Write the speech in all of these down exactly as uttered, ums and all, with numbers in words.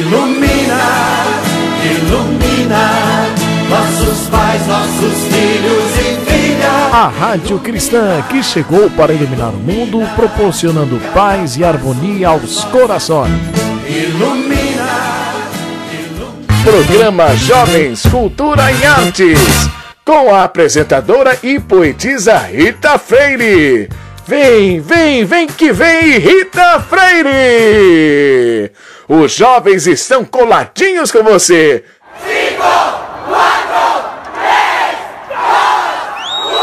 Ilumina, ilumina nossos pais, nossos filhos e filhas. A Rádio Cristã que chegou para iluminar o mundo, proporcionando paz e harmonia aos corações. Ilumina, ilumina. Programa Jovens, Cultura e Artes, com a apresentadora e poetisa Rita Freire. Vem, vem, vem que vem, Rita Freire! Os jovens estão coladinhos com você. Cinco, quatro, três, dois,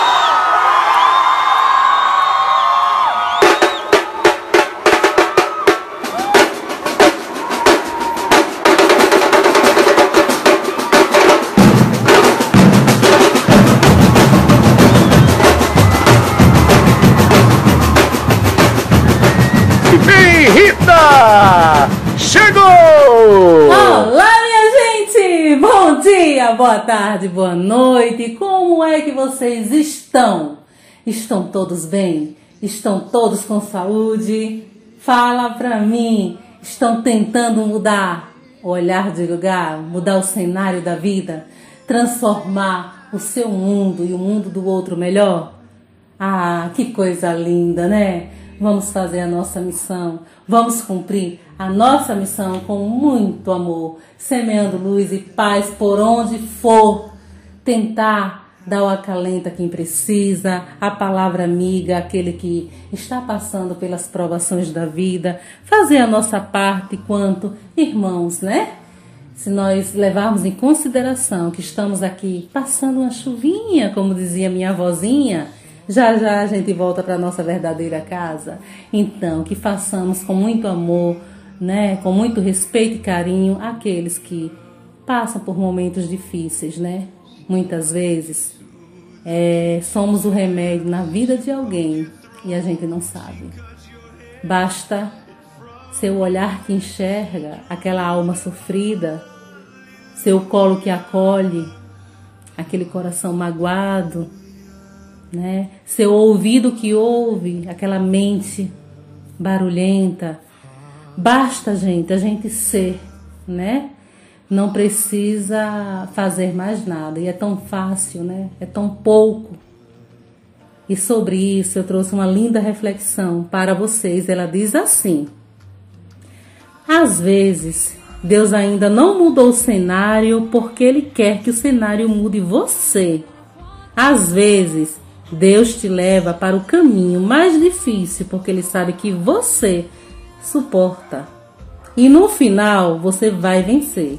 Vem, Rita! Chegou! Olá, minha gente! Bom dia, boa tarde, boa noite! Como é que vocês estão? Estão todos bem? Estão todos com saúde? Fala pra mim! Estão tentando mudar o olhar de lugar, mudar o cenário da vida, transformar o seu mundo e o mundo do outro melhor? Ah, que coisa linda, né? Vamos fazer a nossa missão, vamos cumprir a nossa missão com muito amor, semeando luz e paz por onde for, tentar dar o acalento a quem precisa, a palavra amiga, aquele que está passando pelas provações da vida, fazer a nossa parte quanto irmãos, né? Se nós levarmos em consideração que estamos aqui passando uma chuvinha, como dizia minha avózinha, já já a gente volta para a nossa verdadeira casa. Então, que façamos com muito amor, né, com muito respeito e carinho aqueles que passam por momentos difíceis, né? Muitas vezes é, somos o remédio na vida de alguém e a gente não sabe. Basta seu olhar que enxerga aquela alma sofrida, seu colo que acolhe aquele coração magoado, né? Seu ouvido que ouve aquela mente barulhenta. Basta, gente, a gente ser, né? Não precisa fazer mais nada. E é tão fácil, né? É tão pouco. E sobre isso eu trouxe uma linda reflexão para vocês. Ela diz assim: às vezes Deus ainda não mudou o cenário porque Ele quer que o cenário mude você. Às vezes Deus te leva para o caminho mais difícil porque Ele sabe que você suporta. E no final você vai vencer.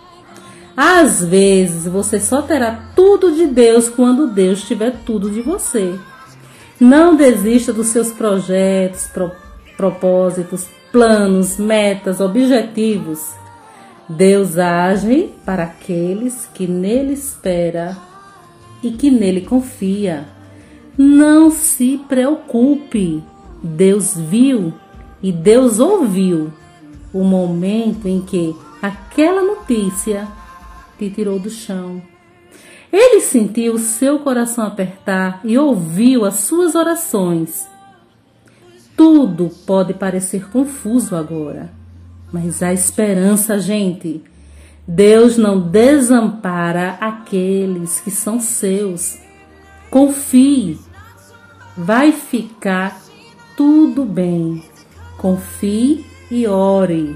Às vezes você só terá tudo de Deus quando Deus tiver tudo de você. Não desista dos seus projetos, pro, propósitos, planos, metas, objetivos. Deus age para aqueles que nele espera e que nele confia. Não se preocupe, Deus viu e Deus ouviu o momento em que aquela notícia te tirou do chão. Ele sentiu o seu coração apertar e ouviu as suas orações. Tudo pode parecer confuso agora, mas há esperança, gente. Deus não desampara aqueles que são seus. Confie. Vai ficar tudo bem. Confie e ore.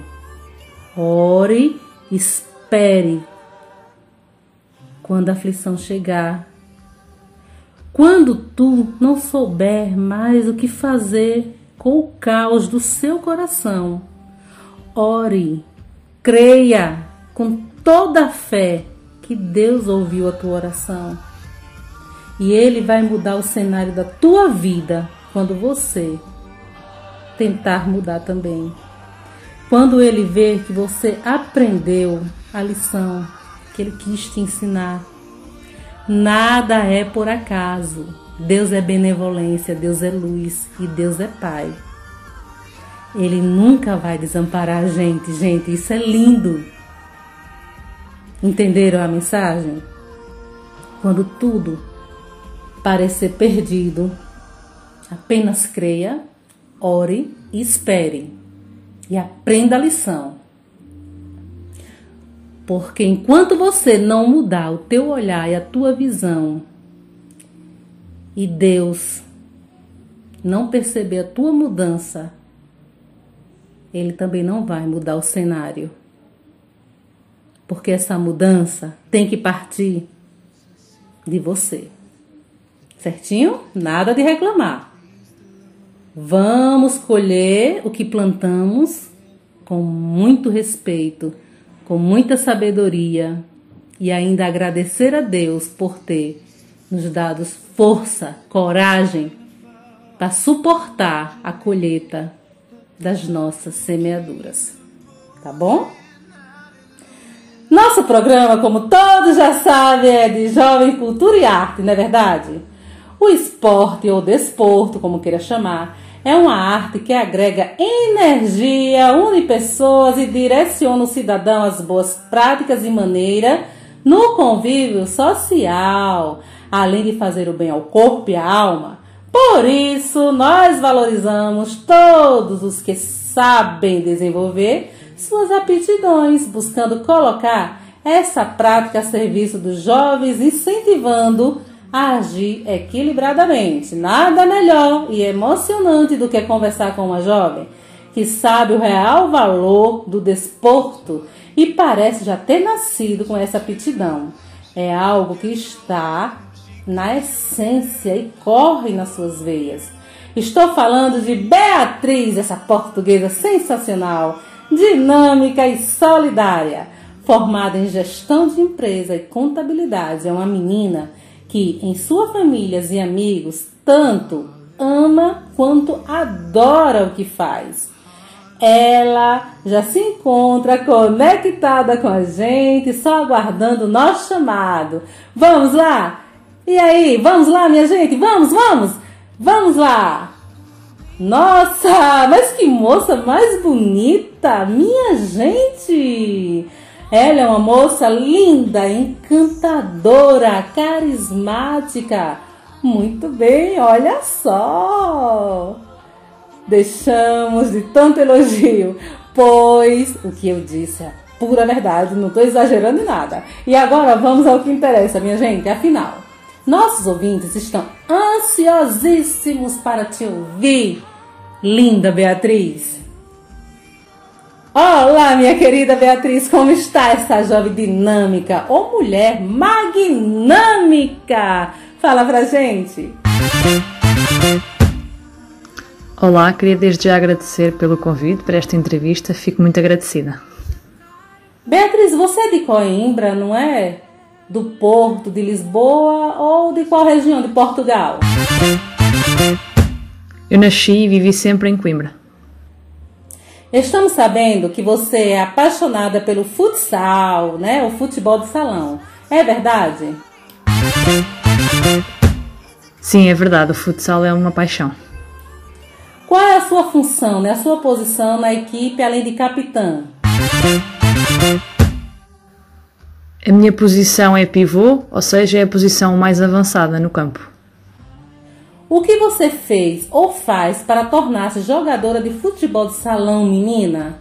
Ore, espere. Quando a aflição chegar, quando tu não souber mais o que fazer com o caos do seu coração, ore, creia com toda a fé que Deus ouviu a tua oração. E Ele vai mudar o cenário da tua vida quando você tentar mudar também. Quando Ele ver que você aprendeu a lição que Ele quis te ensinar. Nada é por acaso. Deus é benevolência, Deus é luz e Deus é Pai. Ele nunca vai desamparar a gente, gente. Isso é lindo. Entenderam a mensagem? Quando tudo parecer perdido, apenas creia, ore e espere. E aprenda a lição. Porque enquanto você não mudar o teu olhar e a tua visão, e Deus não perceber a tua mudança, Ele também não vai mudar o cenário. Porque essa mudança tem que partir de você. Certinho? Nada de reclamar. Vamos colher o que plantamos com muito respeito, com muita sabedoria e ainda agradecer a Deus por ter nos dado força, coragem para suportar a colheita das nossas semeaduras. Tá bom? Nosso programa, como todos já sabem, é de jovem cultura e arte, não é verdade? O esporte ou desporto, como queira chamar, é uma arte que agrega energia, une pessoas e direciona o cidadão às boas práticas e maneira no convívio social, além de fazer o bem ao corpo e à alma. Por isso, nós valorizamos todos os que sabem desenvolver suas aptidões, buscando colocar essa prática a serviço dos jovens, incentivando a agir equilibradamente. Nada melhor e emocionante do que conversar com uma jovem que sabe o real valor do desporto e parece já ter nascido com essa aptidão. É algo que está na essência e corre nas suas veias. Estou falando de Beatriz, essa portuguesa sensacional, dinâmica e solidária, formada em gestão de empresa e contabilidade. É uma menina que em suas famílias e amigos tanto ama quanto adora o que faz. Ela já se encontra conectada com a gente, só aguardando o nosso chamado. Vamos lá? E aí, vamos lá, minha gente? Vamos, vamos! Vamos lá! Nossa, mas que moça mais bonita! Minha gente! Ela é uma moça linda, encantadora, carismática. Muito bem, olha só! Deixamos de tanto elogio, pois o que eu disse é pura verdade, não estou exagerando em nada. E agora vamos ao que interessa, minha gente, afinal. Nossos ouvintes estão ansiosíssimos para te ouvir, linda Beatriz. Olá, minha querida Beatriz, como está essa jovem dinâmica ou mulher magnâmica? Fala pra gente. Olá, queria desde já agradecer pelo convite para esta entrevista, fico muito agradecida. Beatriz, você é de Coimbra, não é? Do Porto, de Lisboa ou de qual região de Portugal? Eu nasci e vivi sempre em Coimbra. Estamos sabendo que você é apaixonada pelo futsal, né? O futebol de salão. É verdade? Sim, é verdade. O futsal é uma paixão. Qual é a sua função, né? A sua posição na equipe, além de capitã? A minha posição é pivô, ou seja, é a posição mais avançada no campo. O que você fez ou faz para tornar-se jogadora de futebol de salão, menina?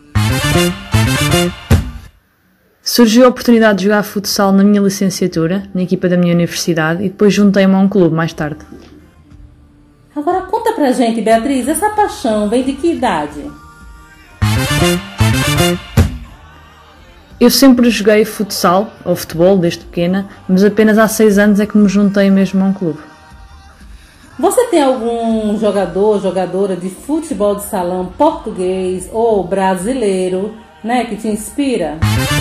Surgiu a oportunidade de jogar futsal na minha licenciatura, na equipa da minha universidade, e depois juntei-me a um clube mais tarde. Agora conta pra gente, Beatriz, essa paixão vem de que idade? Eu sempre joguei futsal, ou futebol, desde pequena, mas apenas há seis anos é que me juntei mesmo a um clube. Você tem algum jogador, jogadora de futebol de salão português ou brasileiro, né, que te inspira?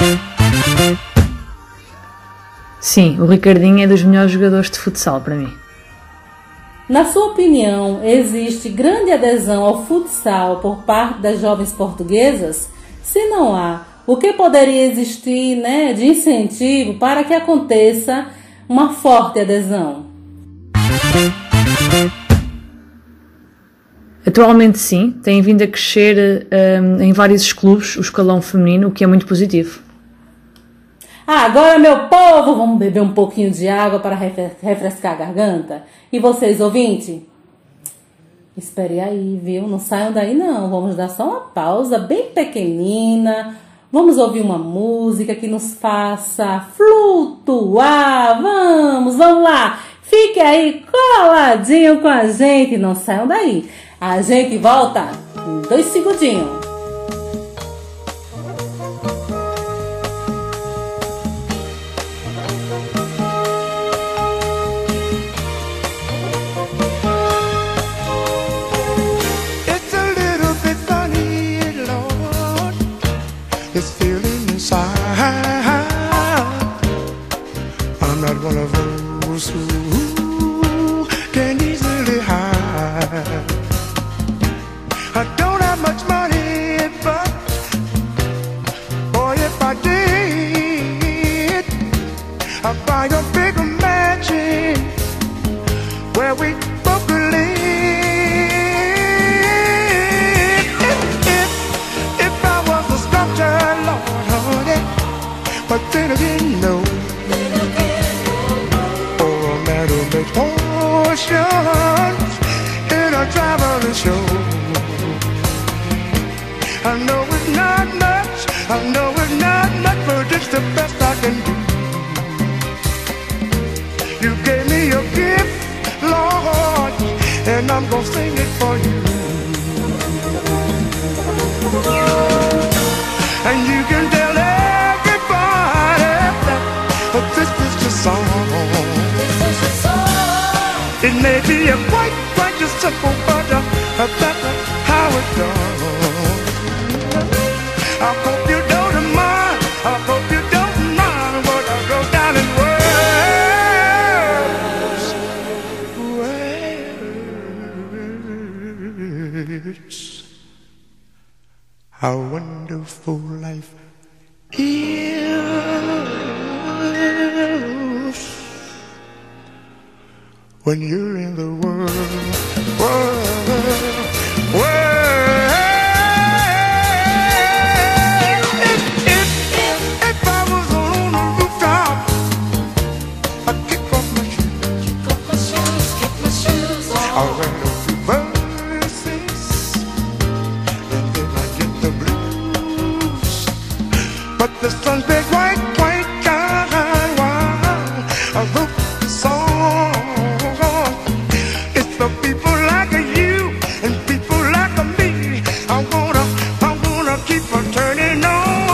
Sim, o Ricardinho é dos melhores jogadores de futsal para mim. Na sua opinião, existe grande adesão ao futsal por parte das jovens portuguesas? Se não há, o que poderia existir, né, de incentivo para que aconteça uma forte adesão? Atualmente sim, tem vindo a crescer um, em vários clubes o escalão feminino, o que é muito positivo. Ah, agora, meu povo, vamos beber um pouquinho de água para refrescar a garganta? E vocês, ouvintes? Espere aí, viu? Não saiam daí não, vamos dar só uma pausa bem pequenina, Vamos ouvir uma música que nos faça flutuar. Vamos, vamos lá. Fique aí coladinho com a gente. Não saiam daí. A gente volta em dois segundinhos. This feeling inside, I'm not one of those who can easily hide. I don't have much money, but boy, if I did, I'd buy a bigger mansion where we both could live. But then again, no. For a man who makes portions in a traveling show, I know it's not much, I know it's not much, but it's the best I can do. You gave me a gift, Lord, and I'm gonna sing it for you. And you can tell it. But this is your song. It may be a quite, quite a simple, but uh, that's how it goes. I hope you don't mind. I hope you don't mind what I wrote down in words. How wonderful life is when you're in the world, world, world. If, if, if, if I was on a rooftop, I'd kick off my shoes, kick off my shoes, kick my shoes off. I'll write a few verses, and then I get the blues. But the sun's big white, white kind, wow, I wrote the song. It's the people like you and people like me. I wanna, I wanna keep on turning on.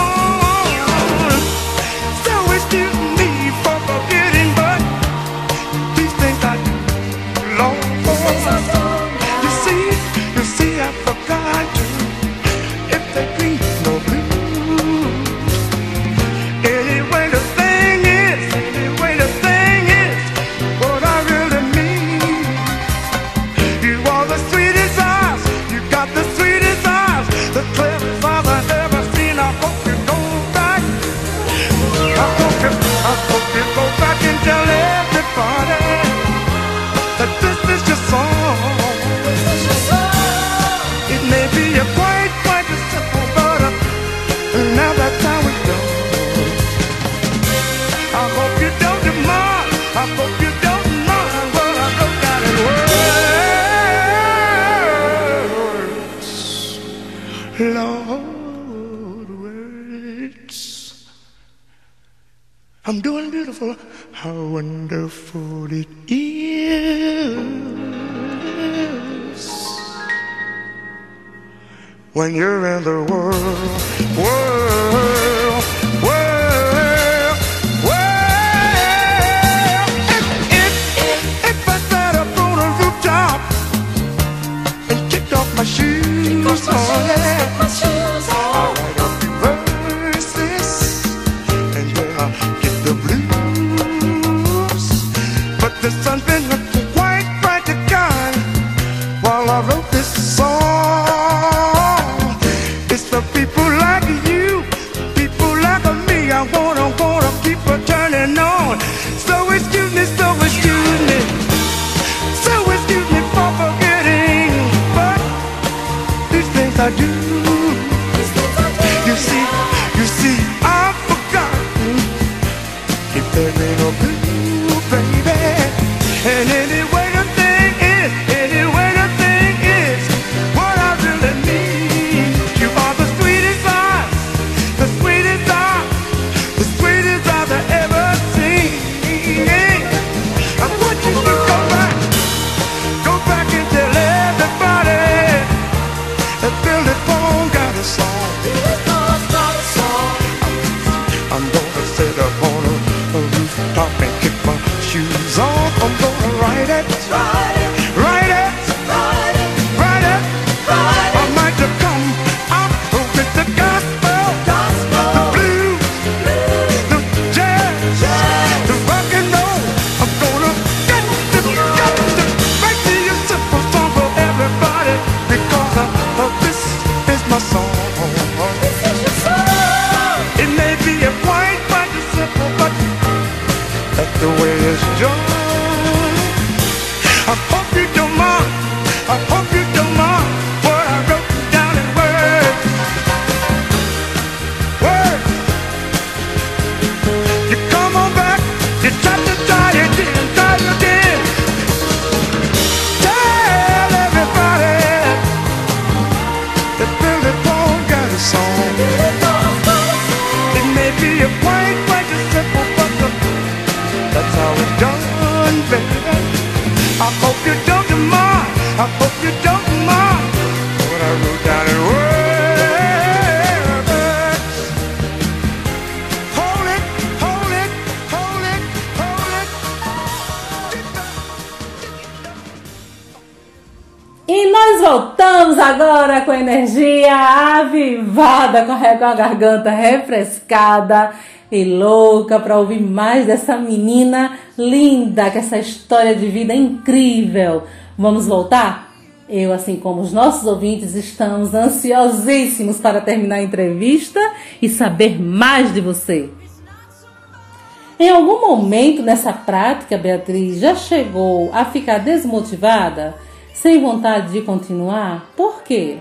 So excuse me for forgetting, but these things I do long for. You see, you see, I forgot to. If they green, no blue. Anyway, the thing is, anyway, the thing is, what I really mean. You are the sweetest eyes, you got the sweetest eyes, the cleverest eyes I've ever seen. I hope you go back. I hope you, I hope you go back and tell everybody that this is your song. It may be a quite, quite a simple, but uh, now that's how it goes. I hope you don't mind, I hope you don't mind what I wrote down in words. Lord, words. I'm doing beautiful. How wonderful it is when you're in the world, world, world, world. If, if, if I sat up on a rooftop and kicked off my shoes, oh yeah, I'll write a few verses and then I'll get the blues. But the sun's been quite bright to kind while I wrote this song. It's the people It may be a quite quite simple, but that's the way it's done. I hope you don't mind. I hope you don't mind what I wrote down in words. Words. You come on back. You try to try it again, try it again. Tell everybody that Billy Paul got a song. It may be a quite quite simple, but that's how it's done, baby. I hope you don't mind. I hope you don't mind what I wrote down in words. Hold it, hold it, hold it, hold it. E nós voltamos agora com energia avivada, com a com a garganta refrescada e louca para ouvir mais dessa menina linda, com essa história de vida incrível. Vamos voltar? Eu, assim como os nossos ouvintes, estamos ansiosíssimos para terminar a entrevista e saber mais de você. Em algum momento nessa prática, Beatriz, já chegou a ficar desmotivada, sem vontade de continuar? Por quê?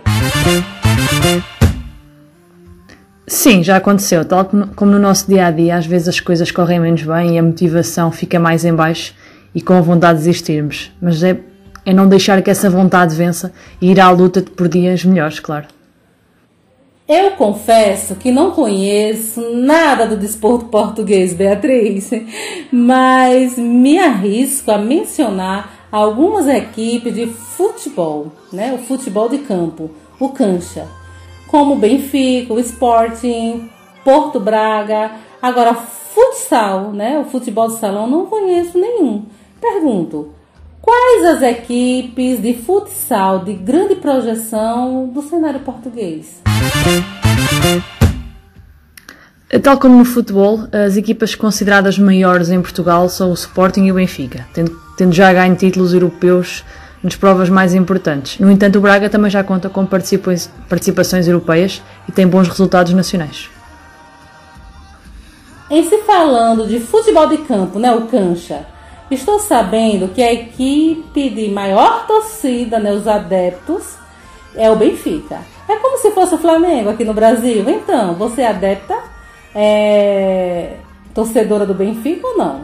Sim, já aconteceu. Tal como no nosso dia-a-dia, às vezes as coisas correm menos bem e a motivação fica mais em baixo e com a vontade de desistirmos. Mas é, é não deixar que essa vontade vença e ir à luta por dias melhores, claro. Eu confesso que não conheço nada do desporto português, Beatriz, mas me arrisco a mencionar algumas equipes de futebol, né? O futebol de campo, o cancha, como o Benfica, o Sporting, Porto Braga. Agora, futsal, né? O futebol de salão, não conheço nenhum. Pergunto, quais as equipes de futsal de grande projeção do cenário português? Tal como no futebol, as equipas consideradas maiores em Portugal são o Sporting e o Benfica, tendo, tendo já ganho títulos europeus nas provas mais importantes. No entanto, o Braga também já conta com participa- participações europeias e tem bons resultados nacionais. Em se falando de futebol de campo, né, o cancha, estou sabendo que a equipe de maior torcida, né, os adeptos, é o Benfica. É como se fosse o Flamengo aqui no Brasil. Então, você é adepta, é torcedora do Benfica ou não?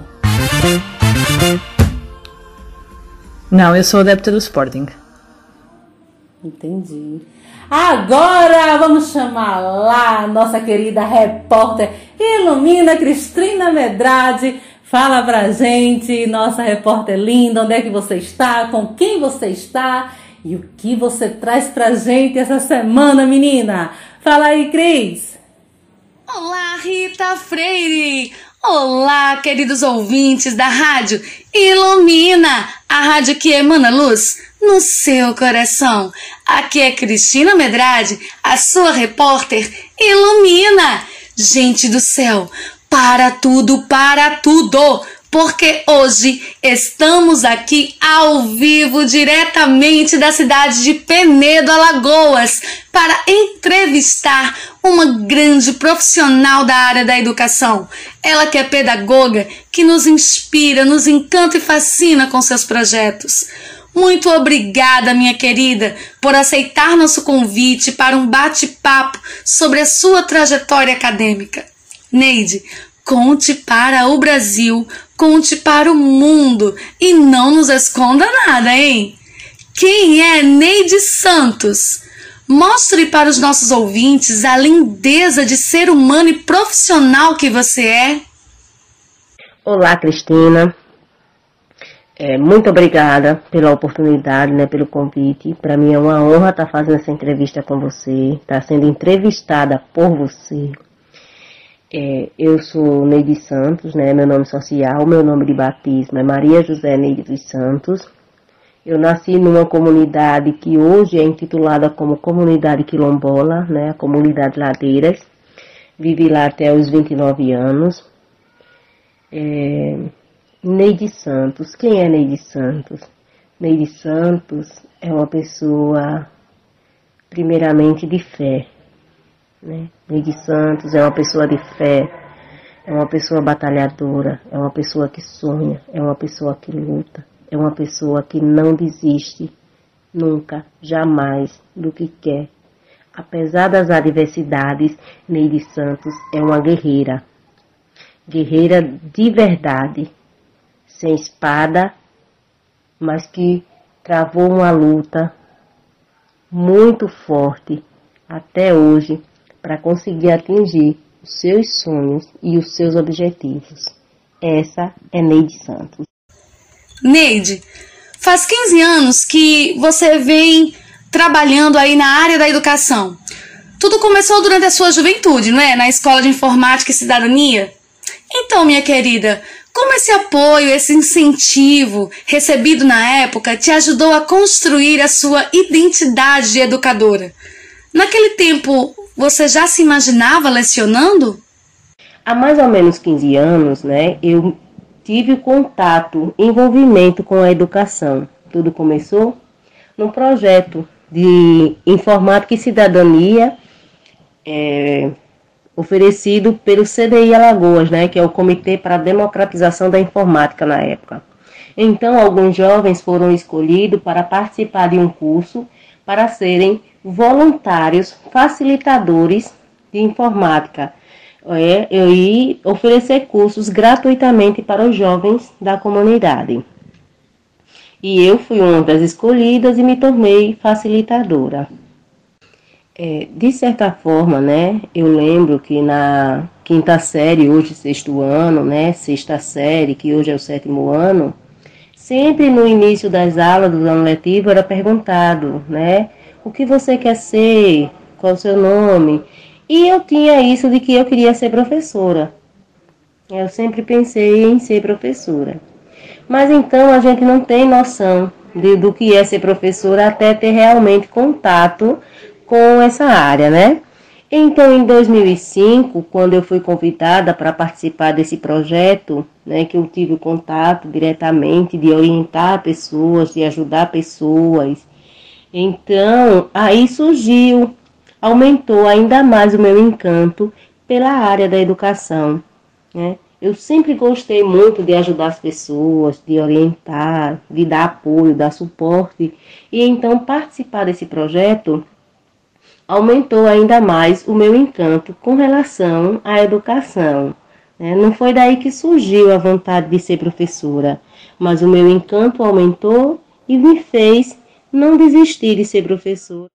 Não, eu sou adepta do Sporting. Entendi. Agora vamos chamar lá a nossa querida repórter Ilumina, Cristina Medrade. Fala pra gente, nossa repórter linda, onde é que você está, com quem você está e o que você traz pra gente essa semana, menina. Fala aí, Cris. Olá, Rita Freire! Olá, queridos ouvintes da rádio Ilumina, a rádio que emana luz no seu coração. Aqui é Cristina Medrade, a sua repórter Ilumina. Gente do céu, para tudo, para tudo! Porque hoje estamos aqui ao vivo, diretamente da cidade de Penedo, Alagoas, para entrevistar uma grande profissional da área da educação. Ela que é pedagoga, que nos inspira, nos encanta e fascina com seus projetos. Muito obrigada, minha querida, por aceitar nosso convite para um bate-papo sobre a sua trajetória acadêmica. Neide, conte para o Brasil, conte para o mundo e não nos esconda nada, hein? Quem é Neide Santos? Mostre para os nossos ouvintes a lindeza de ser humano e profissional que você é. Olá, Cristina. É, muito obrigada pela oportunidade, né, pelo convite. Para mim é uma honra estar fazendo essa entrevista com você, estar sendo entrevistada por você. É, eu sou Neide Santos, né, meu nome social, meu nome de batismo é Maria José Neide dos Santos. Eu nasci numa comunidade que hoje é intitulada como Comunidade Quilombola, né, a Comunidade Ladeiras. Vivi lá até os vinte e nove anos. É, Neide Santos, quem é Neide Santos? Neide Santos é uma pessoa, primeiramente, de fé. né? Neide Santos é uma pessoa de fé, é uma pessoa batalhadora, é uma pessoa que sonha, é uma pessoa que luta, é uma pessoa que não desiste nunca, jamais do que quer. Apesar das adversidades, Neide Santos é uma guerreira. Guerreira de verdade, sem espada, mas que travou uma luta muito forte até hoje para conseguir atingir os seus sonhos e os seus objetivos. Essa é Neide Santos. Neide, faz quinze anos que você vem trabalhando aí na área da educação. Tudo começou durante a sua juventude, não é? Na Escola de Informática e Cidadania. Então, minha querida, como esse apoio, esse incentivo recebido na época te ajudou a construir a sua identidade de educadora? Naquele tempo, você já se imaginava lecionando? Há mais ou menos quinze anos, né, eu tive contato, envolvimento com a educação. Tudo começou num projeto de informática e cidadania é, oferecido pelo C D I Alagoas, né, que é o Comitê para a Democratização da Informática na época. Então, alguns jovens foram escolhidos para participar de um curso para serem voluntários facilitadores de informática é, e oferecer cursos gratuitamente para os jovens da comunidade. E eu fui uma das escolhidas e me tornei facilitadora. É, de certa forma, né, eu lembro que na quinta série, hoje sexto ano, né, sexta série, que hoje é o sétimo ano, sempre no início das aulas do ano letivo era perguntado, né, o que você quer ser, qual o seu nome? E eu tinha isso de que eu queria ser professora. Eu sempre pensei em ser professora. Mas então a gente não tem noção de, do que é ser professora até ter realmente contato com essa área, né? Então, em dois mil e cinco, quando eu fui convidada para participar desse projeto, né, que eu tive o contato diretamente de orientar pessoas, de ajudar pessoas, então aí surgiu, aumentou ainda mais o meu encanto pela área da educação, né? Eu sempre gostei muito de ajudar as pessoas, de orientar, de dar apoio, dar suporte, e então participar desse projeto aumentou ainda mais o meu encanto com relação à educação. Não foi daí que surgiu a vontade de ser professora, mas o meu encanto aumentou e me fez não desistir de ser professora.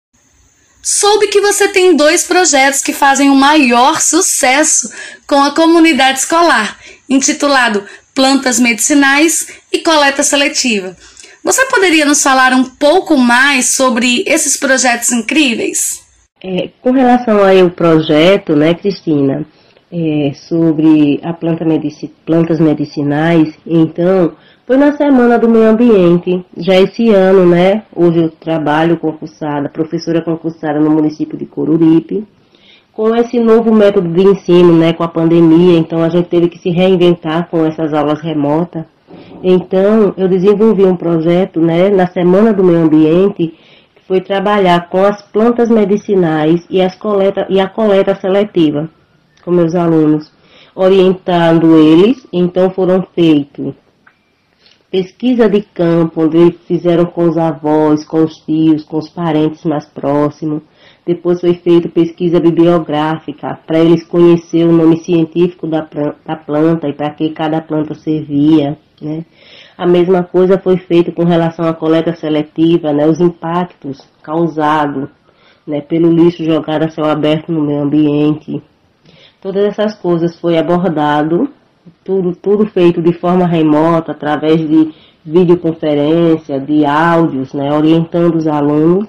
Soube que você tem dois projetos que fazem o maior sucesso com a comunidade escolar, intitulado Plantas Medicinais e Coleta Seletiva. Você poderia nos falar um pouco mais sobre esses projetos incríveis? É, com relação ao projeto, né, Cristina, é, sobre a planta medici- plantas medicinais, então, foi na Semana do Meio Ambiente, já esse ano, né, hoje eu trabalho concursada, professora concursada no município de Coruripe, com esse novo método de ensino, né, com a pandemia, então a gente teve que se reinventar com essas aulas remotas. Então, eu desenvolvi um projeto, né, na Semana do Meio Ambiente, que foi trabalhar com as plantas medicinais e, as coleta, e a coleta seletiva com meus alunos, orientando eles. Então, foram feitos pesquisa de campo, onde fizeram com os avós, com os tios, com os parentes mais próximos. Depois foi feita pesquisa bibliográfica, para eles conhecer o nome científico da planta e para que cada planta servia, né? A mesma coisa foi feita com relação à coleta seletiva, né? Os impactos causados, né, pelo lixo jogado a céu aberto no meio ambiente. Todas essas coisas foi abordado, tudo, tudo feito de forma remota, através de videoconferência, de áudios, né, orientando os alunos.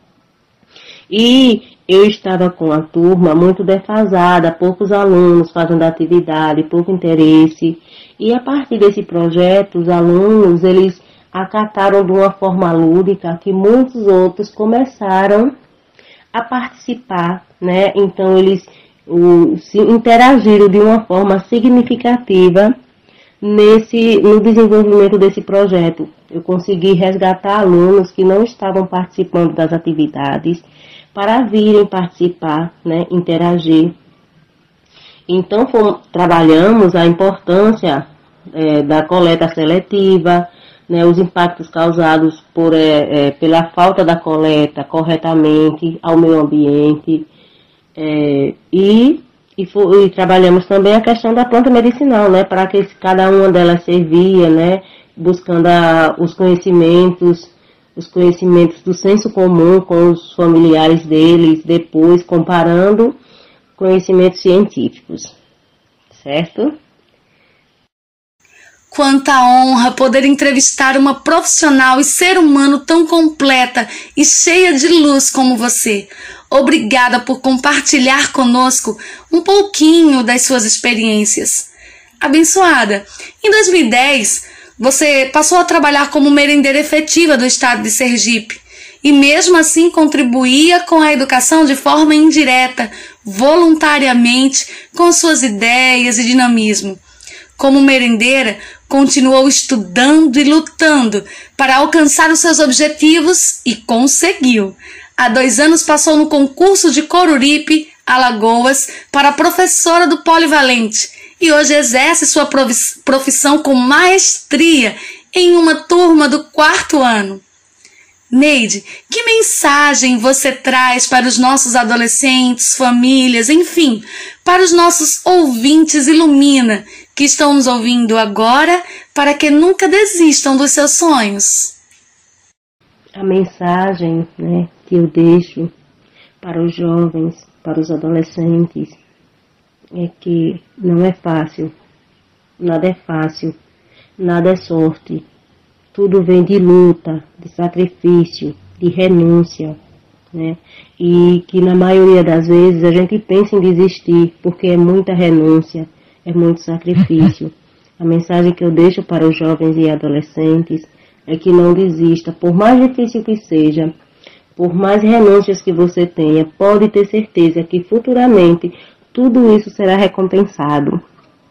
E eu estava com a turma muito defasada, poucos alunos fazendo atividade, pouco interesse. E a partir desse projeto, os alunos, eles acataram de uma forma lúdica que muitos outros começaram a participar, né? Então, eles o, se interagiram de uma forma significativa nesse, no desenvolvimento desse projeto. Eu consegui resgatar alunos que não estavam participando das atividades, para virem participar, né, interagir. Então, fomos, trabalhamos a importância é, da coleta seletiva, né, os impactos causados por, é, é, pela falta da coleta corretamente ao meio ambiente, é, e, e, for, e trabalhamos também a questão da planta medicinal, né, para que cada uma delas servia, né, buscando a, os conhecimentos, os conhecimentos do senso comum com os familiares deles, depois comparando conhecimentos científicos, certo? Quanta honra poder entrevistar uma profissional e ser humano tão completa e cheia de luz como você. Obrigada por compartilhar conosco um pouquinho das suas experiências. Abençoada, em dois mil e dez, você passou a trabalhar como merendeira efetiva do estado de Sergipe e mesmo assim contribuía com a educação de forma indireta, voluntariamente, com suas ideias e dinamismo. Como merendeira, continuou estudando e lutando para alcançar os seus objetivos e conseguiu. Há dois anos passou no concurso de Coruripe, Alagoas, para professora do Polivalente e hoje exerce sua profissão com maestria em uma turma do quarto ano. Neide, que mensagem você traz para os nossos adolescentes, famílias, enfim, para os nossos ouvintes Ilumina, que estão nos ouvindo agora, para que nunca desistam dos seus sonhos? A mensagem, né, que eu deixo para os jovens, para os adolescentes, é que não é fácil, nada é fácil, nada é sorte. Tudo vem de luta, de sacrifício, de renúncia, né? E que na maioria das vezes a gente pensa em desistir, porque é muita renúncia, é muito sacrifício. A mensagem que eu deixo para os jovens e adolescentes é que não desista, por mais difícil que seja, por mais renúncias que você tenha, pode ter certeza que futuramente tudo isso será recompensado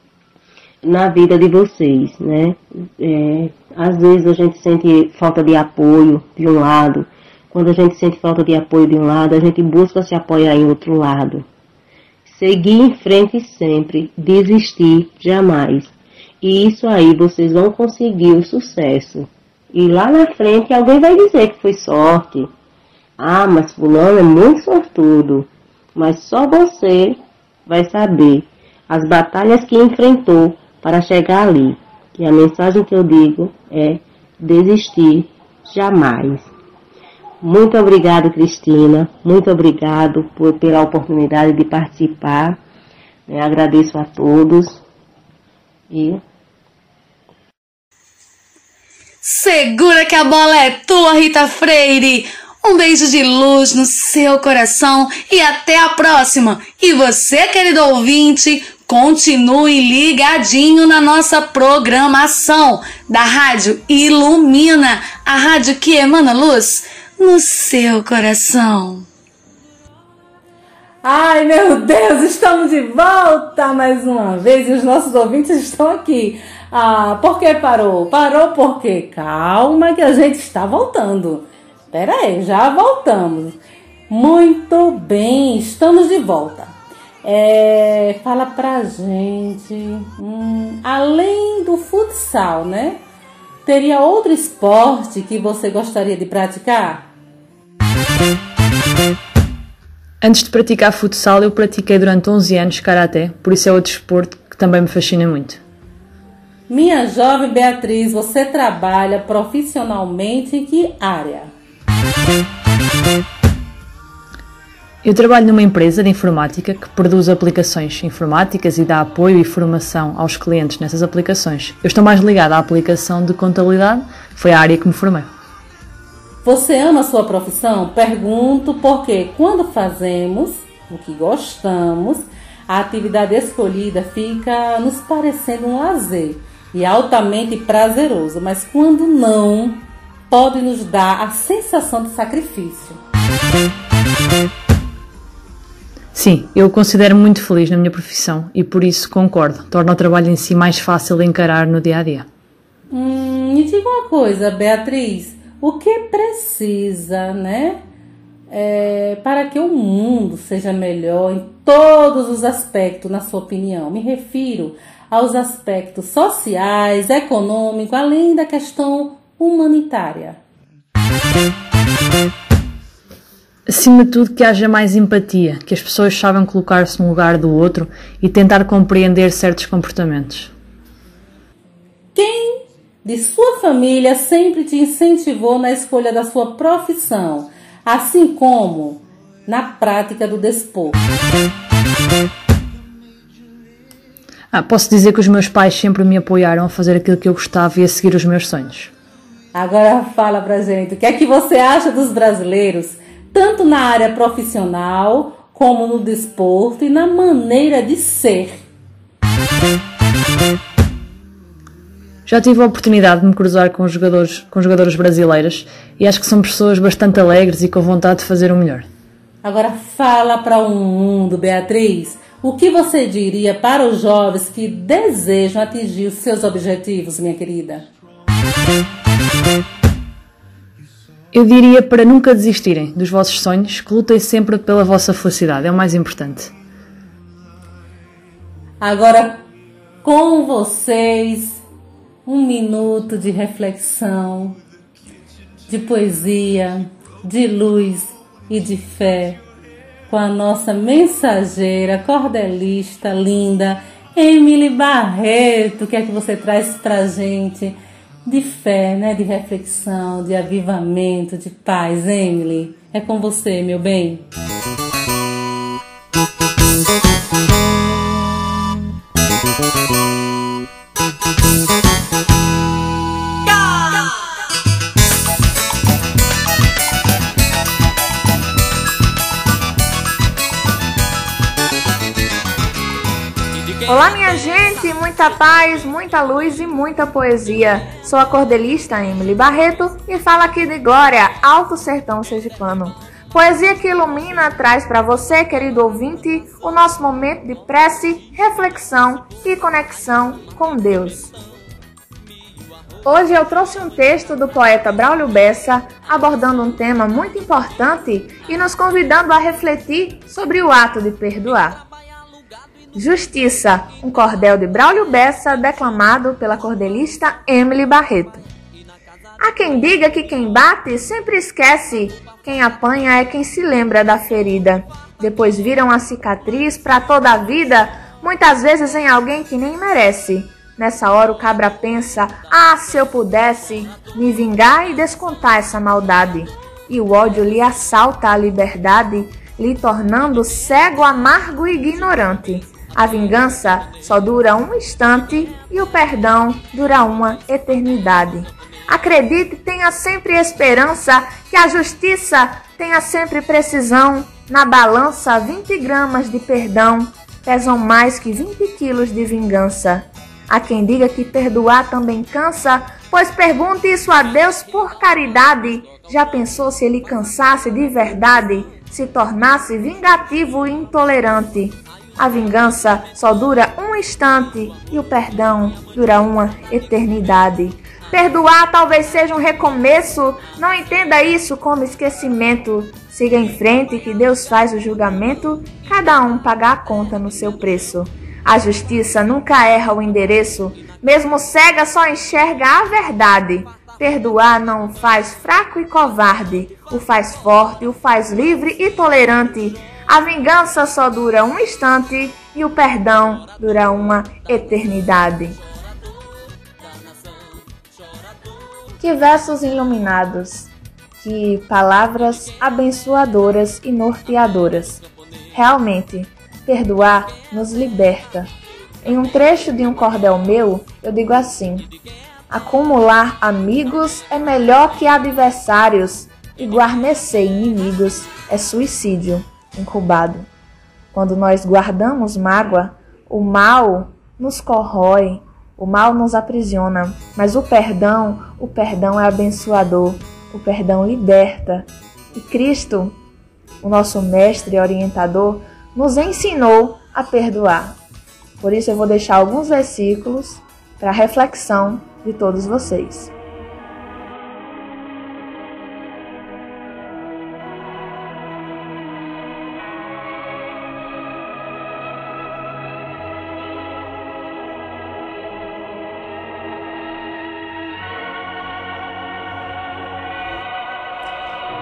na vida de vocês, né? É, às vezes a gente sente falta de apoio de um lado. Quando a gente sente falta de apoio de um lado, a gente busca se apoiar em outro lado. Seguir em frente sempre, desistir jamais. E isso aí vocês vão conseguir o sucesso. E lá na frente alguém vai dizer que foi sorte. Ah, mas fulano é muito sortudo. Mas só você vai saber as batalhas que enfrentou para chegar ali. E a mensagem que eu digo é desistir jamais. Muito obrigado, Cristina. Muito obrigado por, pela oportunidade de participar. Eu agradeço a todos. E... segura que a bola é tua, Rita Freire. Um beijo de luz no seu coração e até a próxima. E você, querido ouvinte, continue ligadinho na nossa programação da Rádio Ilumina, a rádio que emana luz no seu coração. Ai, meu Deus, estamos de volta mais uma vez e os nossos ouvintes estão aqui. Ah, por que parou? Parou porque, calma que a gente está voltando. Pera aí, já voltamos. Muito bem, estamos de volta. É, fala pra gente, hum, além do futsal, né? Teria outro esporte que você gostaria de praticar? Antes de praticar futsal, eu pratiquei durante onze anos karaté, por isso é outro desporto que também me fascina muito. Minha jovem Beatriz, você trabalha profissionalmente em que área? Eu trabalho numa empresa de informática que produz aplicações informáticas e dá apoio e formação aos clientes nessas aplicações. Eu estou mais ligada à aplicação de contabilidade, foi a área que me formei. Você ama a sua profissão? Pergunto porque quando fazemos o que gostamos, a atividade escolhida fica nos parecendo um lazer e altamente prazeroso, mas quando não, pode nos dar a sensação de sacrifício. Sim, eu o considero muito feliz na minha profissão e por isso concordo, torna o trabalho em si mais fácil de encarar no dia a dia. Hum, me diga uma coisa, Beatriz, o que precisa, né, é, para que o mundo seja melhor em todos os aspectos, na sua opinião? Me refiro aos aspectos sociais, econômicos, além da questão humanitária. Acima de tudo, que haja mais empatia, que as pessoas saibam colocar-se no lugar do outro e tentar compreender certos comportamentos. Quem de sua família sempre te incentivou na escolha da sua profissão, assim como na prática do desporto? Ah, posso dizer que os meus pais sempre me apoiaram a fazer aquilo que eu gostava e a seguir os meus sonhos. Agora fala pra gente, o que é que você acha dos brasileiros, tanto na área profissional como no desporto e na maneira de ser? Já tive a oportunidade de me cruzar com jogadores, com jogadores brasileiras e acho que são pessoas bastante alegres e com vontade de fazer o melhor. Agora fala para o mundo, Beatriz, o que você diria para os jovens que desejam atingir os seus objetivos, minha querida? Eu diria para nunca desistirem dos vossos sonhos, que lutem sempre pela vossa felicidade, é o mais importante. Agora, com vocês, um minuto de reflexão, de poesia, de luz e de fé, com a nossa mensageira, cordelista linda, Emily Barreto. O que é que você traz pra gente de fé, né? De reflexão, de avivamento, de paz, Emily? É com você, meu bem. Olá, minha gente, muita paz, muita luz e muita poesia. Sou a cordelista Emily Barreto e falo aqui de Glória, Alto Sertão Sergipano. Poesia que ilumina traz para você, querido ouvinte, o nosso momento de prece, reflexão e conexão com Deus. Hoje eu trouxe um texto do poeta Braulio Bessa abordando um tema muito importante e nos convidando a refletir sobre o ato de perdoar. Justiça, um cordel de Braulio Bessa declamado pela cordelista Emily Barreto. Há quem diga que quem bate sempre esquece, quem apanha é quem se lembra da ferida. Depois viram a cicatriz para toda a vida, muitas vezes em alguém que nem merece. Nessa hora o cabra pensa, ah, se eu pudesse me vingar e descontar essa maldade. E o ódio lhe assalta a liberdade, lhe tornando cego, amargo e ignorante. A vingança só dura um instante e o perdão dura uma eternidade. Acredite, tenha sempre esperança, que a justiça tenha sempre precisão. Na balança, vinte gramas de perdão pesam mais que vinte quilos de vingança. Há quem diga que perdoar também cansa, pois pergunte isso a Deus por caridade. Já pensou se ele cansasse de verdade, se tornasse vingativo e intolerante? A vingança só dura um instante e o perdão dura uma eternidade. Perdoar talvez seja um recomeço, não entenda isso como esquecimento. Siga em frente que Deus faz o julgamento, cada um paga a conta no seu preço. A justiça nunca erra o endereço, mesmo cega só enxerga a verdade. Perdoar não o faz fraco e covarde, o faz forte, o faz livre e tolerante. A vingança só dura um instante e o perdão dura uma eternidade. Que versos iluminados, que palavras abençoadoras e norteadoras. Realmente, perdoar nos liberta. Em um trecho de um cordel meu, eu digo assim: acumular amigos é melhor que adversários, e guarnecer inimigos é suicídio incubado. Quando nós guardamos mágoa, o mal nos corrói, o mal nos aprisiona, mas o perdão, o perdão é abençoador, o perdão liberta. E Cristo, o nosso mestre e orientador, nos ensinou a perdoar. Por isso eu vou deixar alguns versículos para reflexão de todos vocês.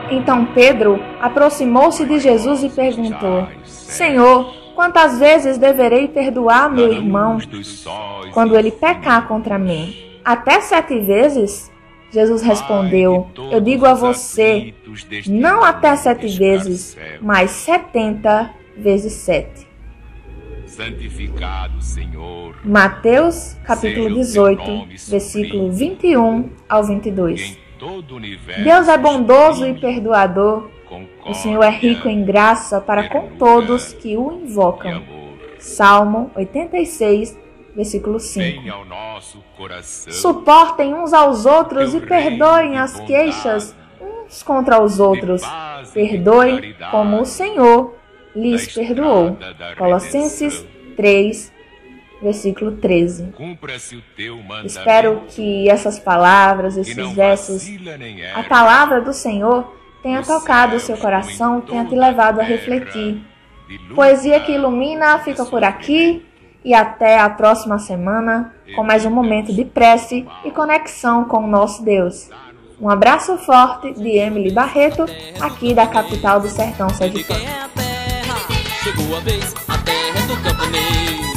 Então Pedro aproximou-se de Jesus e perguntou: Senhor, quantas vezes deverei perdoar meu irmão quando ele pecar contra mim? Até sete vezes? Jesus respondeu: Eu digo a você, não até sete vezes, mas setenta vezes sete. Santificado, Senhor. Mateus, capítulo dezoito, versículo vinte e um ao vinte e dois. Deus é bondoso e perdoador. O Senhor é rico em graça para com todos que o invocam. Salmo oitenta e seis, versículo cinco. Suportem uns aos outros e perdoem as queixas uns contra os outros. Perdoem como o Senhor lhes perdoou. Colossenses três, versículo treze. Espero que essas palavras, esses versos, a palavra do Senhor tenha tocado o seu coração, tenha te levado a refletir. Poesia que Ilumina fica por aqui e até a próxima semana com mais um momento de prece e conexão com o nosso Deus. Um abraço forte de Emily Barreto, aqui da capital do Sertão Sergipano. Chegou a vez, a terra do camponês.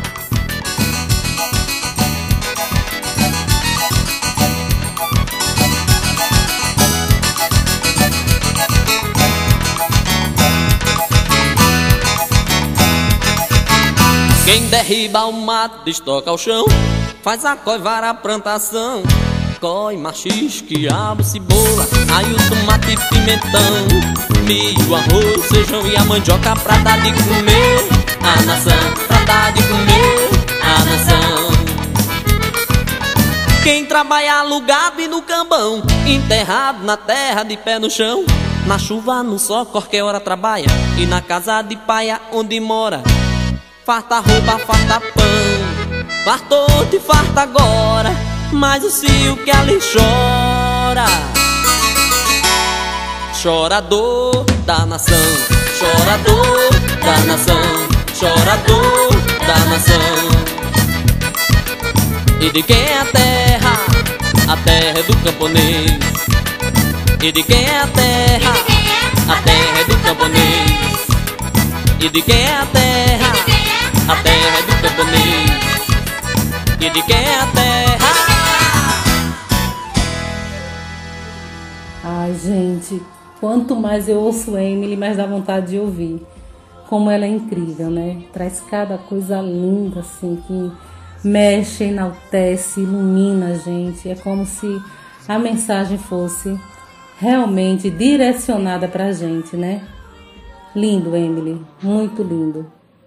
Quem derriba o mato, destoca o chão, faz a coivar a plantação. Coi, machis, quiabo, cebola, aí o tomate e pimentão, milho, arroz, feijão e a mandioca pra dar de comer a nação, pra dar de comer a nação. Quem trabalha alugado e no cambão, enterrado na terra, de pé no chão, na chuva, no sol, qualquer hora trabalha, e na casa de paia onde mora, farta roupa, farta pão, fartou de farta agora, mas o cio que ali chora, chorador da nação, chorador da nação, chorador da nação. E de quem é a terra? A terra é do camponês. E de quem é a terra? A terra é do camponês. E de quem é a terra? A terra é do camponês. E de quem é a terra? Ai, gente, quanto mais eu ouço Emily, mais dá vontade de ouvir. Como ela é incrível, né? Traz cada coisa linda, assim, que mexe, enaltece, ilumina a gente. É como se a mensagem fosse realmente direcionada pra gente, né? Lindo, Emily, muito lindo.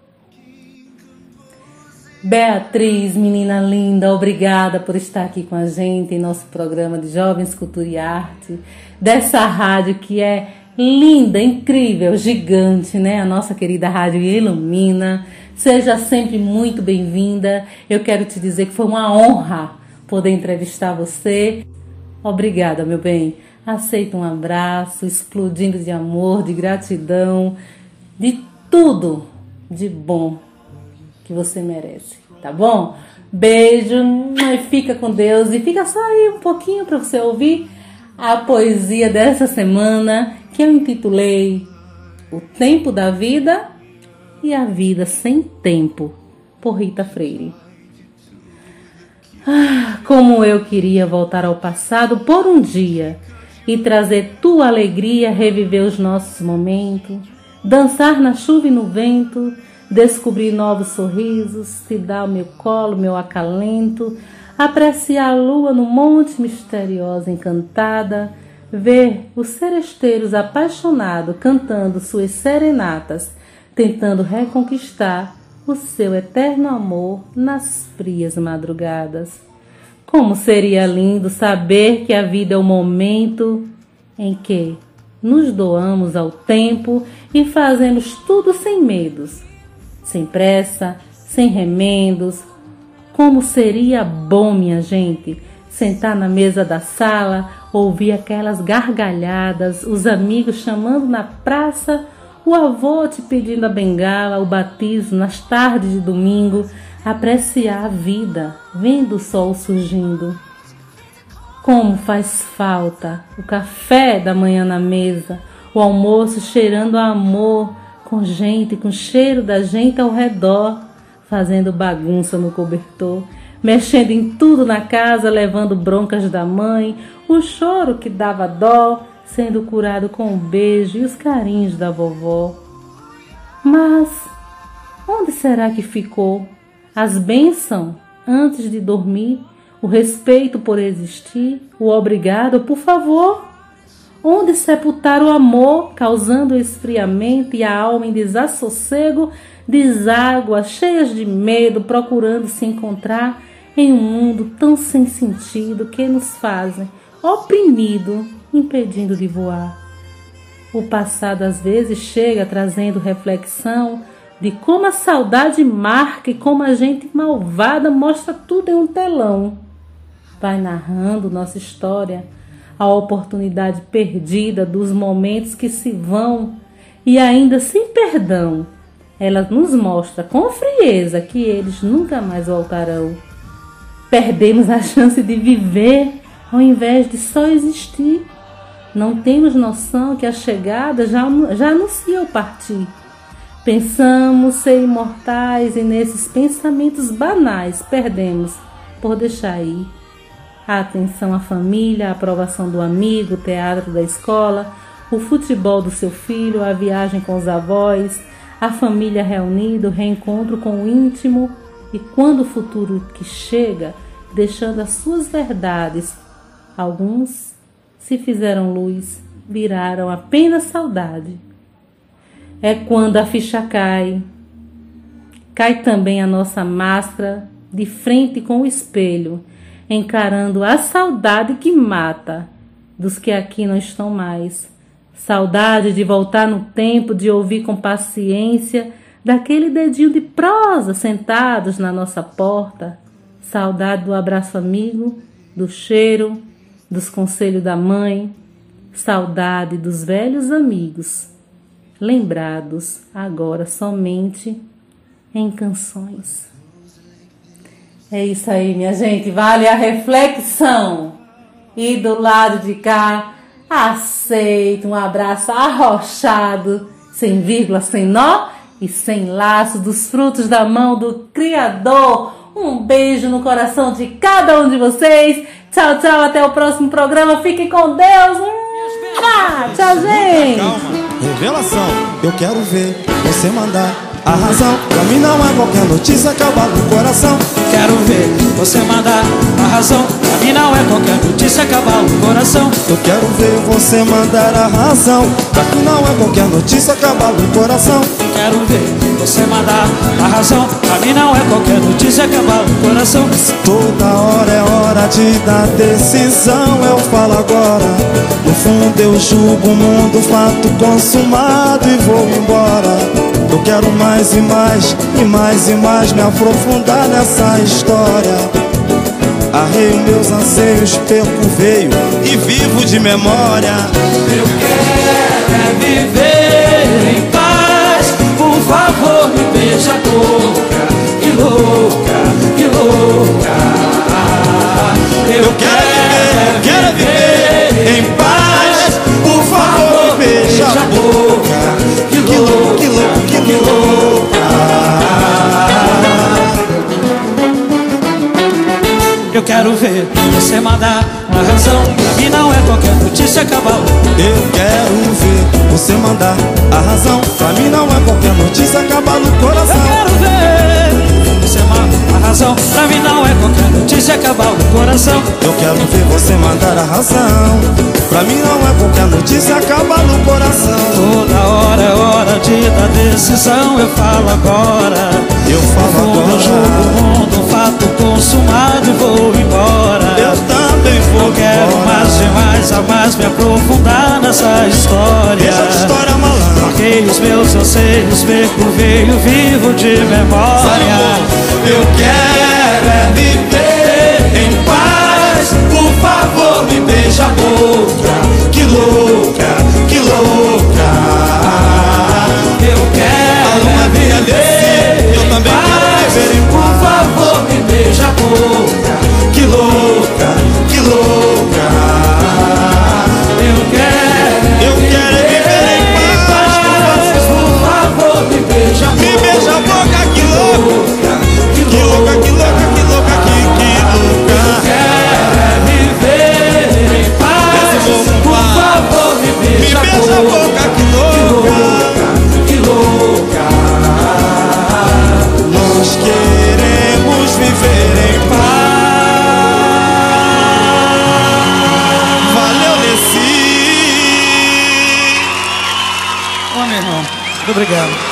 Beatriz, menina linda, obrigada por estar aqui com a gente em nosso programa de Jovens, Cultura e Arte, dessa rádio que é linda, incrível, gigante, né? A nossa querida Rádio Ilumina. Seja sempre muito bem-vinda. Eu quero te dizer que foi uma honra poder entrevistar você. Obrigada, meu bem. Aceita um abraço, explodindo de amor, de gratidão, de tudo de bom que você merece, tá bom? Beijo, e fica com Deus. E fica só aí um pouquinho para você ouvir a poesia dessa semana, que eu intitulei O Tempo da Vida e a Vida Sem Tempo, por Rita Freire. Ah, como eu queria voltar ao passado por um dia e trazer tua alegria, reviver os nossos momentos, dançar na chuva e no vento, descobrir novos sorrisos, te dar o meu colo, meu acalento, apreciar a lua no monte misteriosa, encantada, ver os seresteiros apaixonados cantando suas serenatas, tentando reconquistar o seu eterno amor nas frias madrugadas. Como seria lindo saber que a vida é o momento em que nos doamos ao tempo e fazemos tudo sem medos, sem pressa, sem remendos. Como seria bom, minha gente, sentar na mesa da sala, ouvir aquelas gargalhadas, os amigos chamando na praça, o avô te pedindo a bengala, o batismo nas tardes de domingo, apreciar a vida, vendo o sol surgindo. Como faz falta o café da manhã na mesa, o almoço cheirando a amor, com gente, com cheiro da gente ao redor, fazendo bagunça no cobertor, mexendo em tudo na casa, levando broncas da mãe, o choro que dava dó, sendo curado com o beijo e os carinhos da vovó. Mas onde será que ficou as bênçãos antes de dormir, o respeito por existir, o obrigado, por favor? Onde sepultar o amor, causando esfriamento e a alma em desassossego, deságua, cheias de medo, procurando se encontrar em um mundo tão sem sentido que nos fazem oprimido, impedindo de voar. O passado às vezes chega trazendo reflexão de como a saudade marca e como a gente malvada mostra tudo em um telão. Vai narrando nossa história, a oportunidade perdida dos momentos que se vão e ainda sem perdão. Ela nos mostra com frieza que eles nunca mais voltarão. Perdemos a chance de viver ao invés de só existir. Não temos noção que a chegada já, já anuncia o partir. Pensamos ser imortais e nesses pensamentos banais perdemos por deixar ir. A atenção à família, a aprovação do amigo, o teatro da escola, o futebol do seu filho, a viagem com os avós, a família reunida, o reencontro com o íntimo e quando o futuro que chega, deixando as suas verdades, alguns se fizeram luz, viraram apenas saudade. É quando a ficha cai, cai também a nossa máscara de frente com o espelho, encarando a saudade que mata dos que aqui não estão mais. Saudade de voltar no tempo, de ouvir com paciência daquele dedinho de prosa sentados na nossa porta. Saudade do abraço amigo, do cheiro, dos conselhos da mãe. Saudade dos velhos amigos, lembrados agora somente em canções. É isso aí, minha gente. Vale a reflexão. E do lado de cá, aceito um abraço arrochado, sem vírgula, sem nó e sem laço, dos frutos da mão do Criador. Um beijo no coração de cada um de vocês. Tchau, tchau. Até o próximo programa. Fiquem com Deus. Ah, tchau, gente. Calma. Revelação. Eu quero ver você mandar a razão. Pra mim não é qualquer notícia acabar no coração. Quero ver você mandar a razão. Pra mim não é qualquer notícia acabar no coração. Eu quero ver você mandar a razão. Pra mim não é qualquer notícia acabar no coração. Quero ver você mandar a razão. Pra mim não é qualquer notícia acabar no coração. Toda hora é hora de dar decisão. Eu falo agora. No fundo eu julgo o mundo, fato consumado e vou embora. Eu quero mais e mais, e mais e mais me aprofundar nessa história. Arreio meus anseios, perco o veio e vivo de memória. Eu quero é viver em paz. Por favor, me beija louca, que louca, que louca. Eu quero, quero viver em paz. Por favor, me beija louca, que louca, que louca, que louca. Eu quero ver você mandar a razão. Pra mim não é qualquer notícia acabar. Eu quero ver você mandar a razão. Pra mim não é qualquer notícia acabar no coração. Eu quero ver você mandar a razão. Pra mim não é qualquer notícia acabar no coração. Eu quero ver você mandar a razão. Pra mim não é qualquer notícia acabar no coração. Toda hora é hora de dar decisão. Eu falo agora. Eu falo agora. Eu jogo o mundo, fato consumado e vou embora. Eu também vou Não quero embora. mais demais, a mais me aprofundar nessa história. Deixa a história malandra. Marquei os meus anseios, perco veio vivo de memória. Eu quero é viver em paz. Por favor, me beija a boca. Que louca, que louca. Eu quero Alô, é viver eu também paz. quero viver em Por paz. favor, me beija a boca. Que louca, que louca. Nós queremos viver em paz. Valeu, Nessi. Ô, meu irmão, muito obrigado.